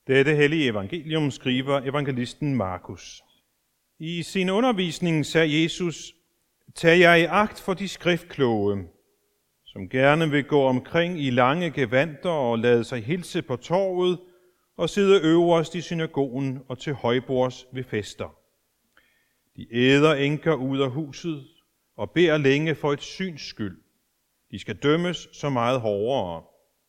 Dette hellige evangelium skriver evangelisten Markus. I sin undervisning sagde Jesus, tag jer i agt for de skriftkloge, som gerne vil gå omkring i lange gevanter og lade sig hilse på torvet og sidde øverst i synagogen og til højbords ved fester. De æder enker ud af huset og beder længe for et syns skyld. De skal dømmes så meget hårdere.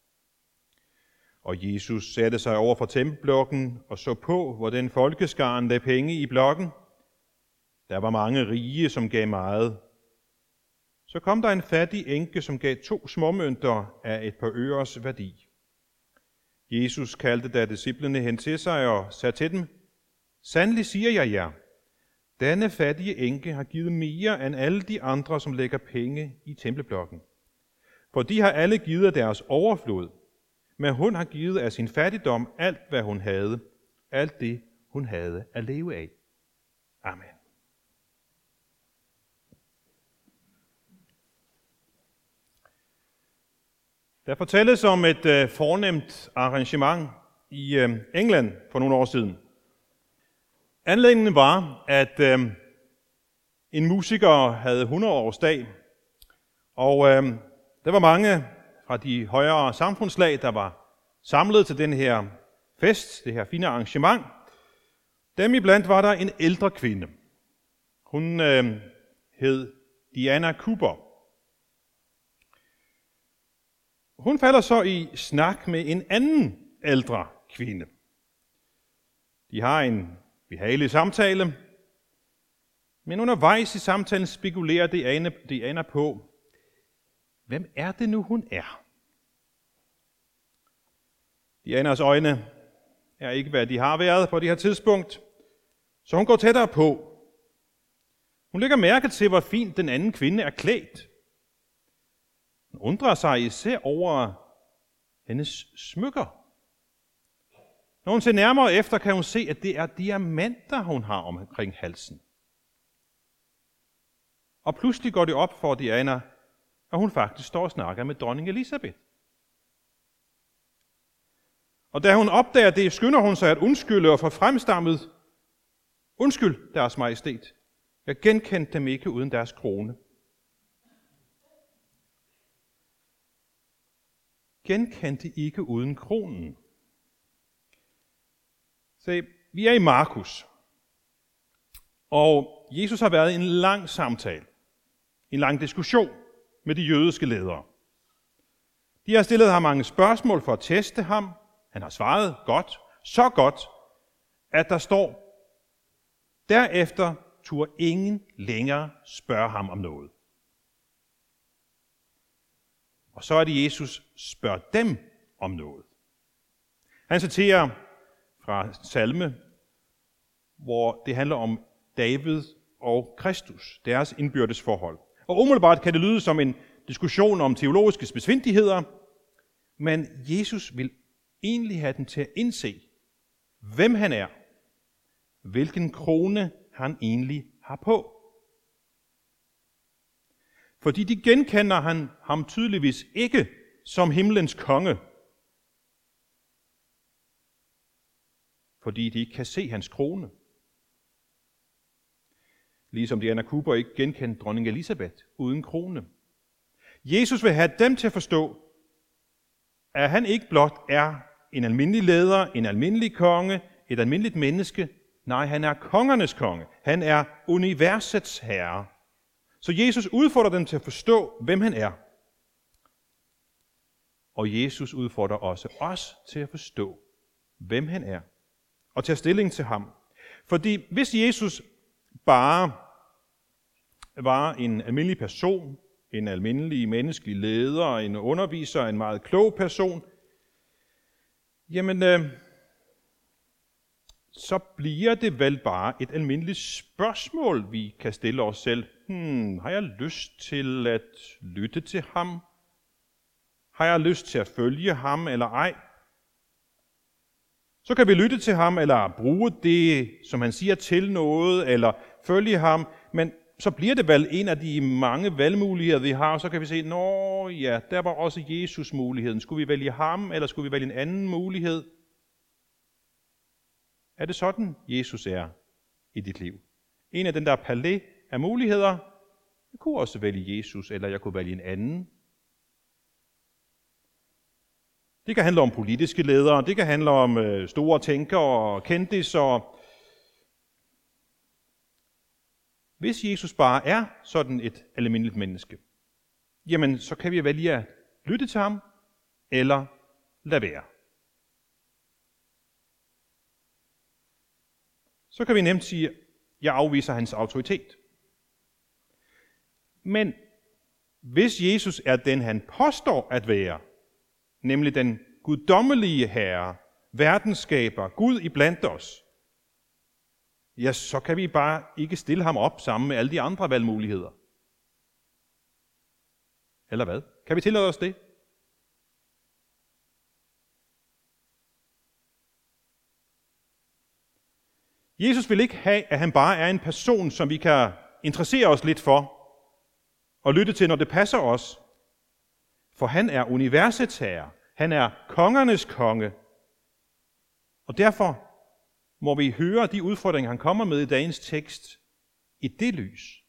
Og Jesus satte sig over for tempelblokken og så på, hvordan folkeskaren lagde penge i blokken. Der var mange rige, som gav meget. Så kom der en fattig enke, som gav 2 småmønter af et par øres værdi. Jesus kaldte da disciplene hen til sig og sagde til dem, sandelig siger jeg jer, denne fattige enke har givet mere end alle de andre, som lægger penge i tempelblokken. For de har alle givet af deres overflod, men hun har givet af sin fattigdom alt, hvad hun havde, alt det, hun havde at leve af. Amen. Der fortælles om et fornemt arrangement i England for nogle år siden. Anledningen var, at en musiker havde 100-årsdag, og der var mange fra de højere samfundslag, der var samlet til den her fest, det her fine arrangement. Dem iblandt var der en ældre kvinde. Hun hed Diana Cooper. Hun falder så i snak med en anden ældre kvinde. De har en behagelig samtale, men undervejs i samtalen spekulerer Diana på, hvem er det nu, hun er? Dianas øjne er ikke, hvad de har været på det her tidspunkt, så hun går tættere på. Hun lægger mærke til, hvor fint den anden kvinde er klædt. Hun undrer sig især over hendes smykker. Når hun ser nærmere efter, kan hun se, at det er diamanter, hun har omkring halsen. Og pludselig går det op for Diana, at hun faktisk står og snakker med dronning Elisabeth. Og da hun opdager det, skynder hun sig at undskylde og få fremstammet, undskyld, deres majestæt, jeg genkendte dem ikke uden deres krone. Genkendte ikke uden kronen. Så vi er i Markus, og Jesus har været i en lang samtale, en lang diskussion med de jødiske ledere. De har stillet ham mange spørgsmål for at teste ham. Han har svaret godt, så godt, at der står, derefter turde ingen længere spørge ham om noget. Og så er det Jesus spørger dem om noget. Han citerer fra salme, hvor det handler om David og Kristus, deres indbyrdes forhold. Og umiddelbart kan det lyde som en diskussion om teologiske besvindeligheder, men Jesus vil egentlig have dem til at indse, hvem han er, hvilken krone han egentlig har på. Fordi de genkender han ham tydeligvis ikke som himlens konge, fordi de ikke kan se hans krone. Ligesom Diana Cooper ikke genkendte dronning Elisabeth uden krone. Jesus vil have dem til at forstå, at han ikke blot er en almindelig leder, en almindelig konge, et almindeligt menneske. Nej, han er kongernes konge. Han er universets herre. Så Jesus udfordrer dem til at forstå, hvem han er. Og Jesus udfordrer også os til at forstå, hvem han er. Og tage stilling til ham. Fordi hvis Jesus bare var en almindelig person, en almindelig menneskelig leder, en underviser, en meget klog person, jamen, så bliver det vel bare et almindeligt spørgsmål, vi kan stille os selv. Har jeg lyst til at lytte til ham? Har jeg lyst til at følge ham eller ej? Så kan vi lytte til ham, eller bruge det, som han siger, til noget, eller følge ham, men så bliver det vel en af de mange valgmuligheder, vi har, og så kan vi se, nå ja, der var også Jesus-muligheden. Skulle vi vælge ham, eller skulle vi vælge en anden mulighed? Er det sådan, Jesus er i dit liv? En af den der palet af muligheder. Jeg kunne også vælge Jesus, eller jeg kunne vælge en anden. Det kan handle om politiske ledere, det kan handle om store tænkere og kendisser. Hvis Jesus bare er sådan et almindeligt menneske, jamen så kan vi vælge at lytte til ham, eller lade være. Så kan vi nemt sige, at jeg afviser hans autoritet. Men hvis Jesus er den, han påstår at være, nemlig den guddommelige herre, verdensskaber, Gud iblandt os, ja, så kan vi bare ikke stille ham op sammen med alle de andre valgmuligheder. Eller hvad? Kan vi tillade os det? Jesus vil ikke have, at han bare er en person, som vi kan interessere os lidt for og lytte til, når det passer os. For han er universets herre. Han er kongernes konge. Og derfor må vi høre de udfordringer, han kommer med i dagens tekst, i det lys.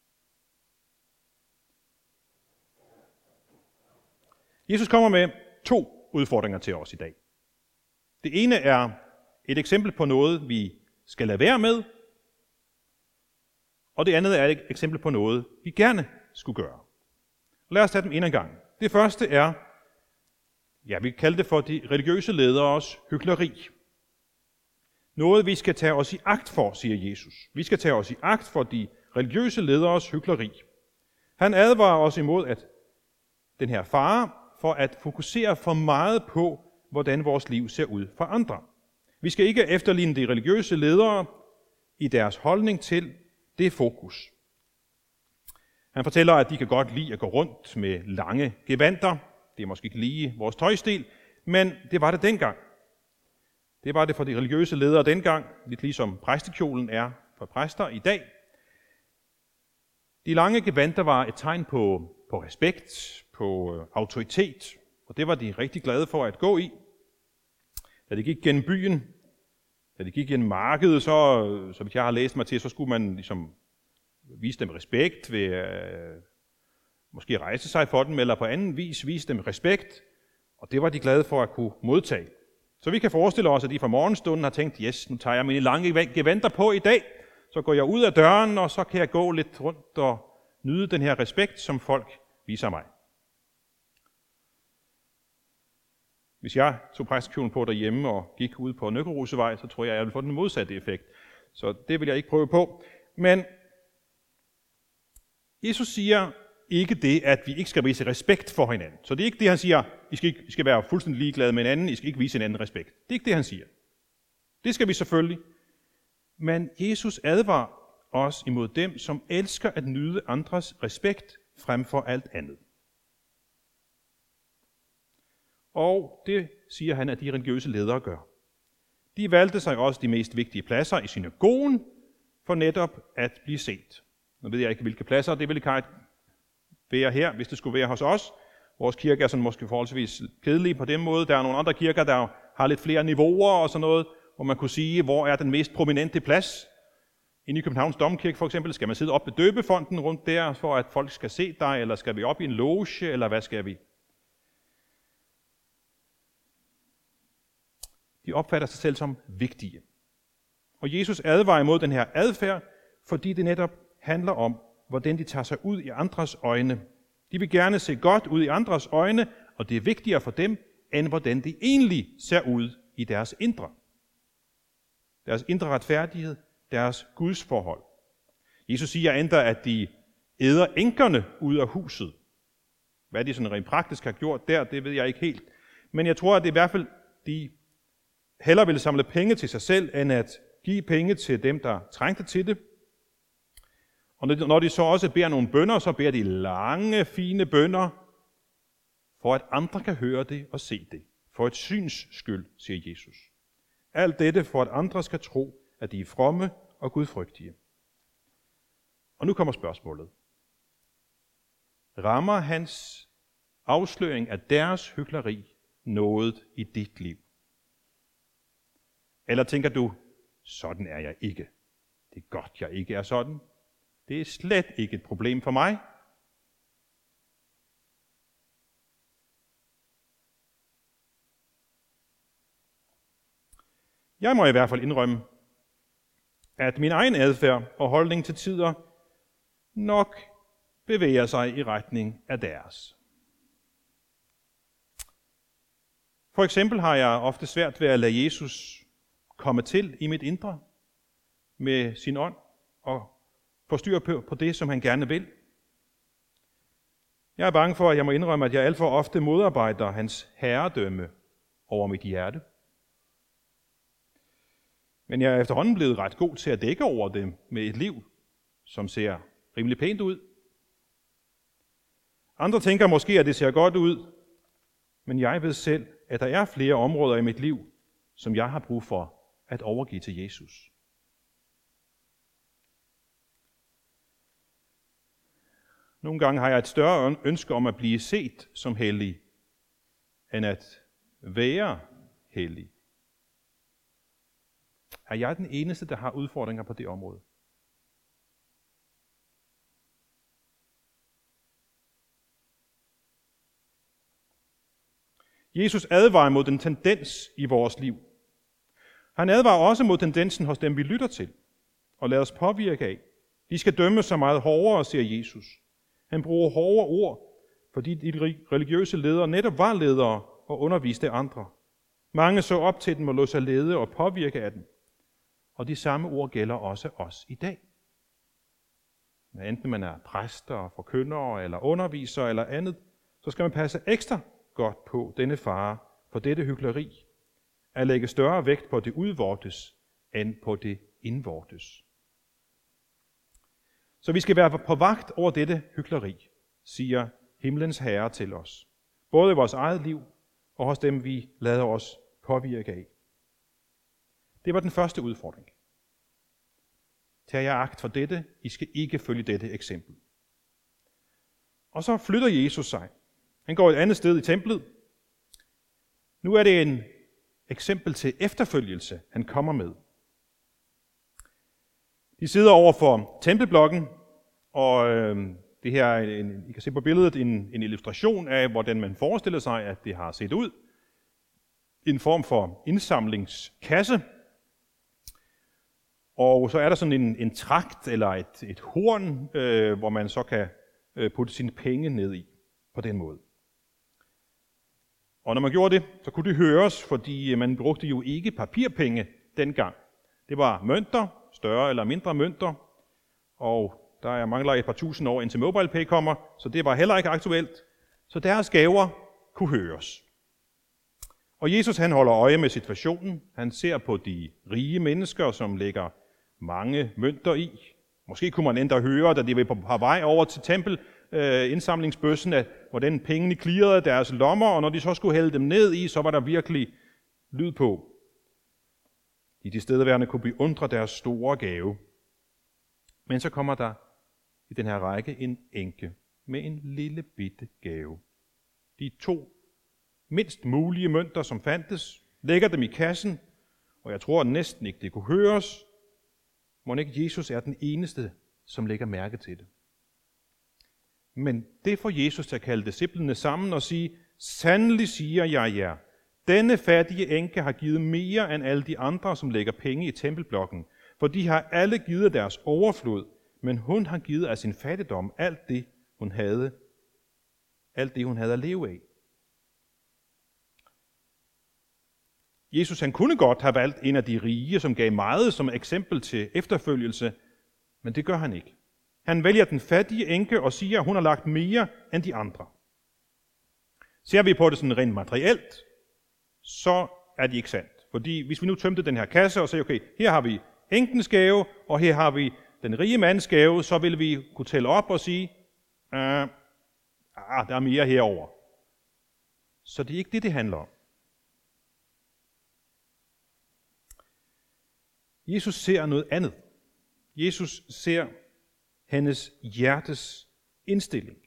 Jesus kommer med 2 udfordringer til os i dag. Det ene er et eksempel på noget, vi skal lade være med, og det andet er et eksempel på noget, vi gerne skulle gøre. Lad os tage dem en ad gang. Det første er, vi kalder det for de religiøse lederes hykleri. Noget, vi skal tage os i agt for, siger Jesus. Vi skal tage os i agt for de religiøse lederes hykleri. Han advarer os imod at den her fare for at fokusere for meget på, hvordan vores liv ser ud for andre. Vi skal ikke efterligne de religiøse ledere i deres holdning til det fokus. Han fortæller, at de kan godt lide at gå rundt med lange gevandter. Det er måske ikke lige vores tøjstil, men det var det dengang. Det var det for de religiøse ledere dengang, lidt ligesom præstekjolen er for præster i dag. De lange gevandter var et tegn på respekt, på autoritet, og det var de rigtig glade for at gå i. Da de gik gennem byen, da de gik gennem markedet, så hvis jeg har læst mig til, så skulle man ligesom vise dem respekt ved måske rejse sig for dem, eller på anden vis vise dem respekt, og det var de glade for at kunne modtage. Så vi kan forestille os, at de fra morgenstunden har tænkt, yes, nu tager jeg mine lange gevandter på i dag, så går jeg ud af døren, og så kan jeg gå lidt rundt og nyde den her respekt, som folk viser mig. Hvis jeg tog præstekjolen på derhjemme og gik ud på Nøkkerosevej, så tror jeg ville få den modsatte effekt. Så det vil jeg ikke prøve på. Men Jesus siger ikke det, at vi ikke skal vise respekt for hinanden. Så det er ikke det, han siger, I skal være fuldstændig ligeglade med hinanden, I skal ikke vise hinanden respekt. Det er ikke det, han siger. Det skal vi selvfølgelig. Men Jesus advarer os imod dem, som elsker at nyde andres respekt frem for alt andet. Og det siger han, at de religiøse ledere gør. De valgte sig også de mest vigtige pladser i synagogen for netop at blive set. Nu ved jeg ikke, hvilke pladser det ville være her, hvis det skulle være hos os. Vores kirke er sådan måske forholdsvis kedelige på den måde. Der er nogle andre kirker, der har lidt flere niveauer og sådan noget, hvor man kunne sige, hvor er den mest prominente plads. Inde i Københavns Domkirke for eksempel, skal man sidde op ved døbefonten rundt der, for at folk skal se dig, eller skal vi op i en loge, eller hvad skal vi? De opfatter sig selv som vigtige. Og Jesus advarer imod den her adfærd, fordi det netop handler om, hvordan de tager sig ud i andres øjne. De vil gerne se godt ud i andres øjne, og det er vigtigere for dem, end hvordan de egentlig ser ud i deres indre. Deres indre retfærdighed, deres gudsforhold. Jesus siger endda, at de æder enkerne ud af huset. Hvad de sådan rent praktisk har gjort der, det ved jeg ikke helt. Men jeg tror, at det i hvert fald, de hellere ville samle penge til sig selv, end at give penge til dem, der trængte til det. Og når de så også beder nogle bønner, så beder de lange, fine bønner, for at andre kan høre det og se det. For et syns skyld, siger Jesus. Alt dette for at andre skal tro, at de er fromme og gudfrygtige. Og nu kommer spørgsmålet. Rammer hans afsløring af deres hykleri noget i dit liv? Eller tænker du, sådan er jeg ikke. Det er godt, jeg ikke er sådan. Det er slet ikke et problem for mig. Jeg må i hvert fald indrømme, at min egen adfærd og holdning til tider nok bevæger sig i retning af deres. For eksempel har jeg ofte svært ved at lade Jesus komme til i mit indre med sin ånd og få styr på det, som han gerne vil. Jeg er bange for, at jeg må indrømme, at jeg alt for ofte modarbejder hans herredømme over mit hjerte. Men jeg er efterhånden blevet ret god til at dække over det med et liv, som ser rimelig pænt ud. Andre tænker måske, at det ser godt ud, men jeg ved selv, at der er flere områder i mit liv, som jeg har brug for at overgive til Jesus. Nogle gange har jeg et større ønske om at blive set som hellig, end at være hellig. Er jeg den eneste, der har udfordringer på det område? Jesus advarer mod den tendens i vores liv. Han advarer også mod tendensen hos dem, vi lytter til og lader os påvirke af. De skal dømme så meget hårdere, siger Jesus. Han bruger hårde ord, fordi de religiøse ledere netop var ledere og underviste andre. Mange så op til dem og lod sig lede og påvirke af dem. Og de samme ord gælder også os i dag. Enten man er præster, forkyndere eller undervisere eller andet, så skal man passe ekstra godt på denne fare for dette hykleri, at lægge større vægt på det udvortes, end på det indvortes. Så vi skal være på vagt over dette hykleri, siger himlens Herre til os. Både i vores eget liv og hos dem, vi lader os påvirke af. Det var den første udfordring. Tag jer agt for dette, I skal ikke følge dette eksempel. Og så flytter Jesus sig. Han går et andet sted i templet. Nu er det en eksempel til efterfølgelse, han kommer med. De sidder over for tempelblokken, og det her er I kan se på billedet en illustration af, hvordan man forestiller sig, at det har set ud. En form for indsamlingskasse. Og så er der sådan en tragt eller et horn, hvor man så kan putte sine penge ned i på den måde. Og når man gjorde det, så kunne det høres, fordi man brugte jo ikke papirpenge dengang. Det var mønter, større eller mindre mønter, og der mangler et par tusind år indtil MobilePay kommer, så det var heller ikke aktuelt. Så deres gaver kunne høres. Og Jesus han holder øje med situationen. Han ser på de rige mennesker, som lægger mange mønter i. Måske kunne man endda høre, da de var på vej over til indsamlingsbøssen, at hvordan pengene klirrede deres lommer, og når de så skulle hælde dem ned i, så var der virkelig lyd på. De tilstedeværende kunne beundre deres store gave. Men så kommer der i den her række en enke med en lille bitte gave. De 2 mindst mulige mønter, som fandtes, lægger dem i kassen, og jeg tror næsten ikke, det kunne høres. Må ikke Jesus er den eneste, som lægger mærke til det. Men det får Jesus til at kalde disciplene sammen og sige, sandelig siger jeg jer, denne fattige enke har givet mere end alle de andre, som lægger penge i tempelblokken, for de har alle givet deres overflod, men hun har givet af sin fattigdom alt det, hun havde at leve af. Jesus han kunne godt have valgt en af de rige, som gav meget som eksempel til efterfølgelse, men det gør han ikke. Han vælger den fattige enke og siger, at hun har lagt mere end de andre. Ser vi på det sådan rent materielt, så er det ikke sandt. Fordi hvis vi nu tømte den her kasse og sagde, okay, her har vi enkens gave, og her har vi den rige mands gave, så ville vi kunne tælle op og sige, der er mere herover. Så det er ikke det handler om. Jesus ser noget andet. Jesus ser hendes hjertes indstilling.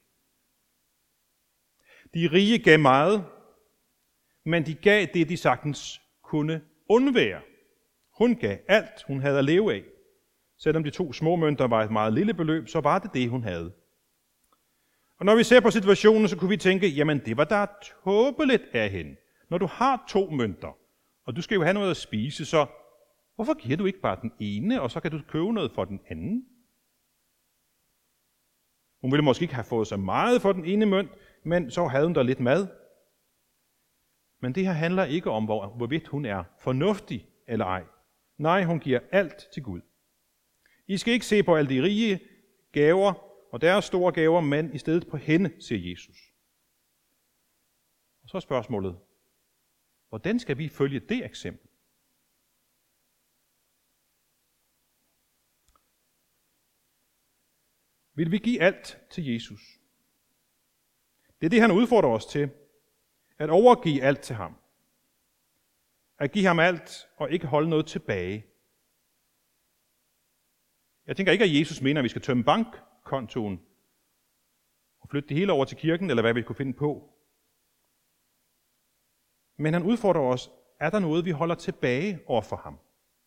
De rige gav meget, men de gav det, de sagtens kunne undvære. Hun gav alt, hun havde at leve af. Selvom de 2 små mønter var et meget lille beløb, så var det det, hun havde. Og når vi ser på situationen, så kunne vi tænke, jamen det var da tåbeligt af hende. Når du har 2 mønter, og du skal jo have noget at spise, så hvorfor giver du ikke bare den ene, og så kan du købe noget for den anden? Hun ville måske ikke have fået så meget for den ene mønt, men så havde hun der lidt mad. Men det her handler ikke om, hvorvidt hun er fornuftig eller ej. Nej, hun giver alt til Gud. I skal ikke se på alle de rige gaver og deres store gaver, men i stedet på hende, siger Jesus. Og så er spørgsmålet, hvordan skal vi følge det eksempel? Vil vi give alt til Jesus? Det er det, han udfordrer os til. At overgive alt til ham. At give ham alt og ikke holde noget tilbage. Jeg tænker ikke, at Jesus mener, at vi skal tømme bankkontoen og flytte det hele over til kirken, eller hvad vi kunne finde på. Men han udfordrer os, er der noget, vi holder tilbage over for ham?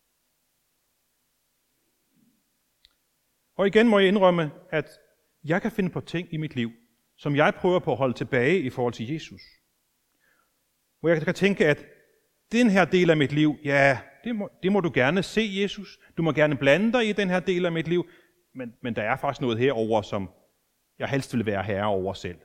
Og igen må jeg indrømme, at jeg kan finde på ting i mit liv, som jeg prøver på at holde tilbage i forhold til Jesus. Hvor jeg kan tænke, at den her del af mit liv, ja, det må du gerne se, Jesus. Du må gerne blande dig i den her del af mit liv, men der er faktisk noget herover, som jeg helst vil være herre over selv.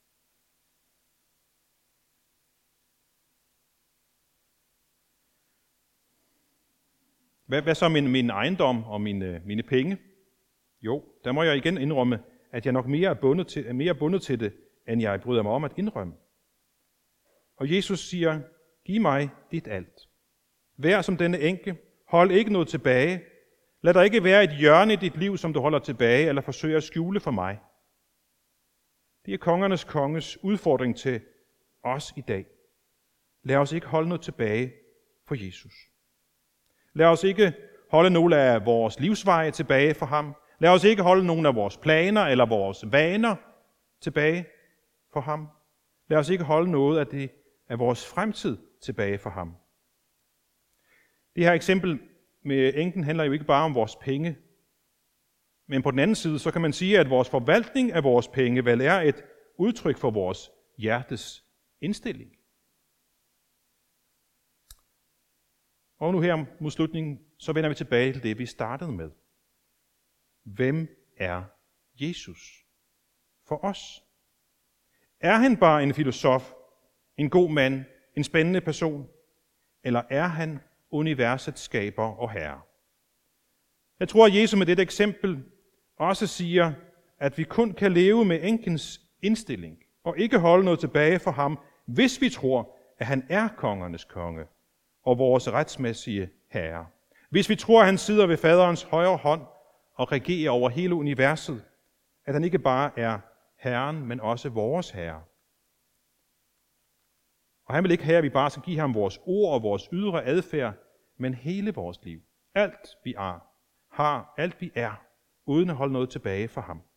Hvad så med min ejendom og mine penge? Jo, der må jeg igen indrømme, at jeg nok mere er bundet til det, end jeg bryder mig om at indrømme. Og Jesus siger, giv mig dit alt. Vær som denne enke. Hold ikke noget tilbage. Lad der ikke være et hjørne i dit liv, som du holder tilbage, eller forsøger at skjule for mig. Det er kongernes konges udfordring til os i dag. Lad os ikke holde noget tilbage for Jesus. Lad os ikke holde nogle af vores livsveje tilbage for ham. Lad os ikke holde nogle af vores planer eller vores vaner tilbage for ham. Lad os ikke holde noget af vores fremtid tilbage for ham. Det her eksempel med enken handler jo ikke bare om vores penge, men på den anden side, så kan man sige, at vores forvaltning af vores penge vel er et udtryk for vores hjertes indstilling. Og nu her mod slutningen, så vender vi tilbage til det, vi startede med. Hvem er Jesus for os? Er han bare en filosof, en god mand, en spændende person, eller er han universets skaber og herre? Jeg tror, at Jesus med dette eksempel også siger, at vi kun kan leve med enkens indstilling og ikke holde noget tilbage for ham, hvis vi tror, at han er kongernes konge og vores retsmæssige herre. Hvis vi tror, at han sidder ved faderens højre hånd og regerer over hele universet, at han ikke bare er herren, men også vores herre. Og han vil ikke have, at vi bare skal give ham vores ord og vores ydre adfærd, men hele vores liv. Alt vi har, alt vi er, uden at holde noget tilbage for ham.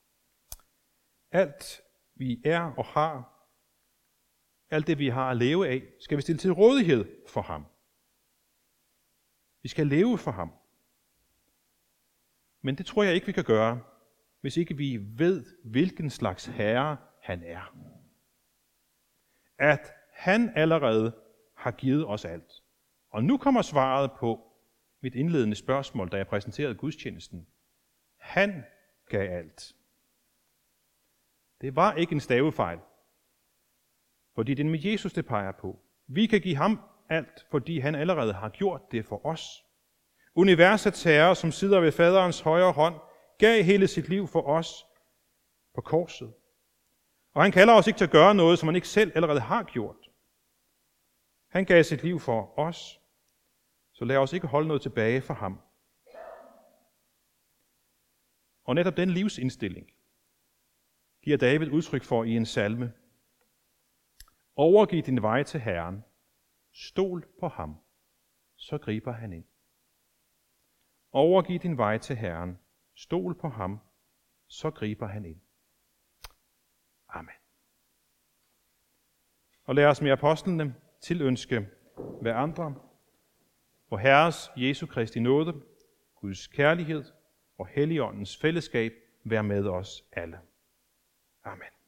Alt vi er og har, alt det vi har at leve af, skal vi stille til rådighed for ham. Vi skal leve for ham. Men det tror jeg ikke, vi kan gøre, hvis ikke vi ved, hvilken slags herre han er. At han allerede har givet os alt. Og nu kommer svaret på mit indledende spørgsmål, da jeg præsenterede gudstjenesten. Han gav alt. Det var ikke en stavefejl, fordi det er med Jesus, det peger på. Vi kan give ham alt, fordi han allerede har gjort det for os. Universets herre, som sidder ved faderens højre hånd, gav hele sit liv for os på korset. Og han kalder os ikke til at gøre noget, som han ikke selv allerede har gjort. Han gav sit liv for os, så lad os ikke holde noget tilbage for ham. Og netop den livsindstilling giver David udtryk for i en salme. Overgiv din vej til Herren. Stol på ham, så griber han ind. Overgiv din vej til Herren. Stol på ham, så griber han ind. Amen. Og lad os med apostlene tilønske hver andre Vor Herres Jesu Kristi nåde, Guds kærlighed og Helligåndens fællesskab være med os alle. Amen.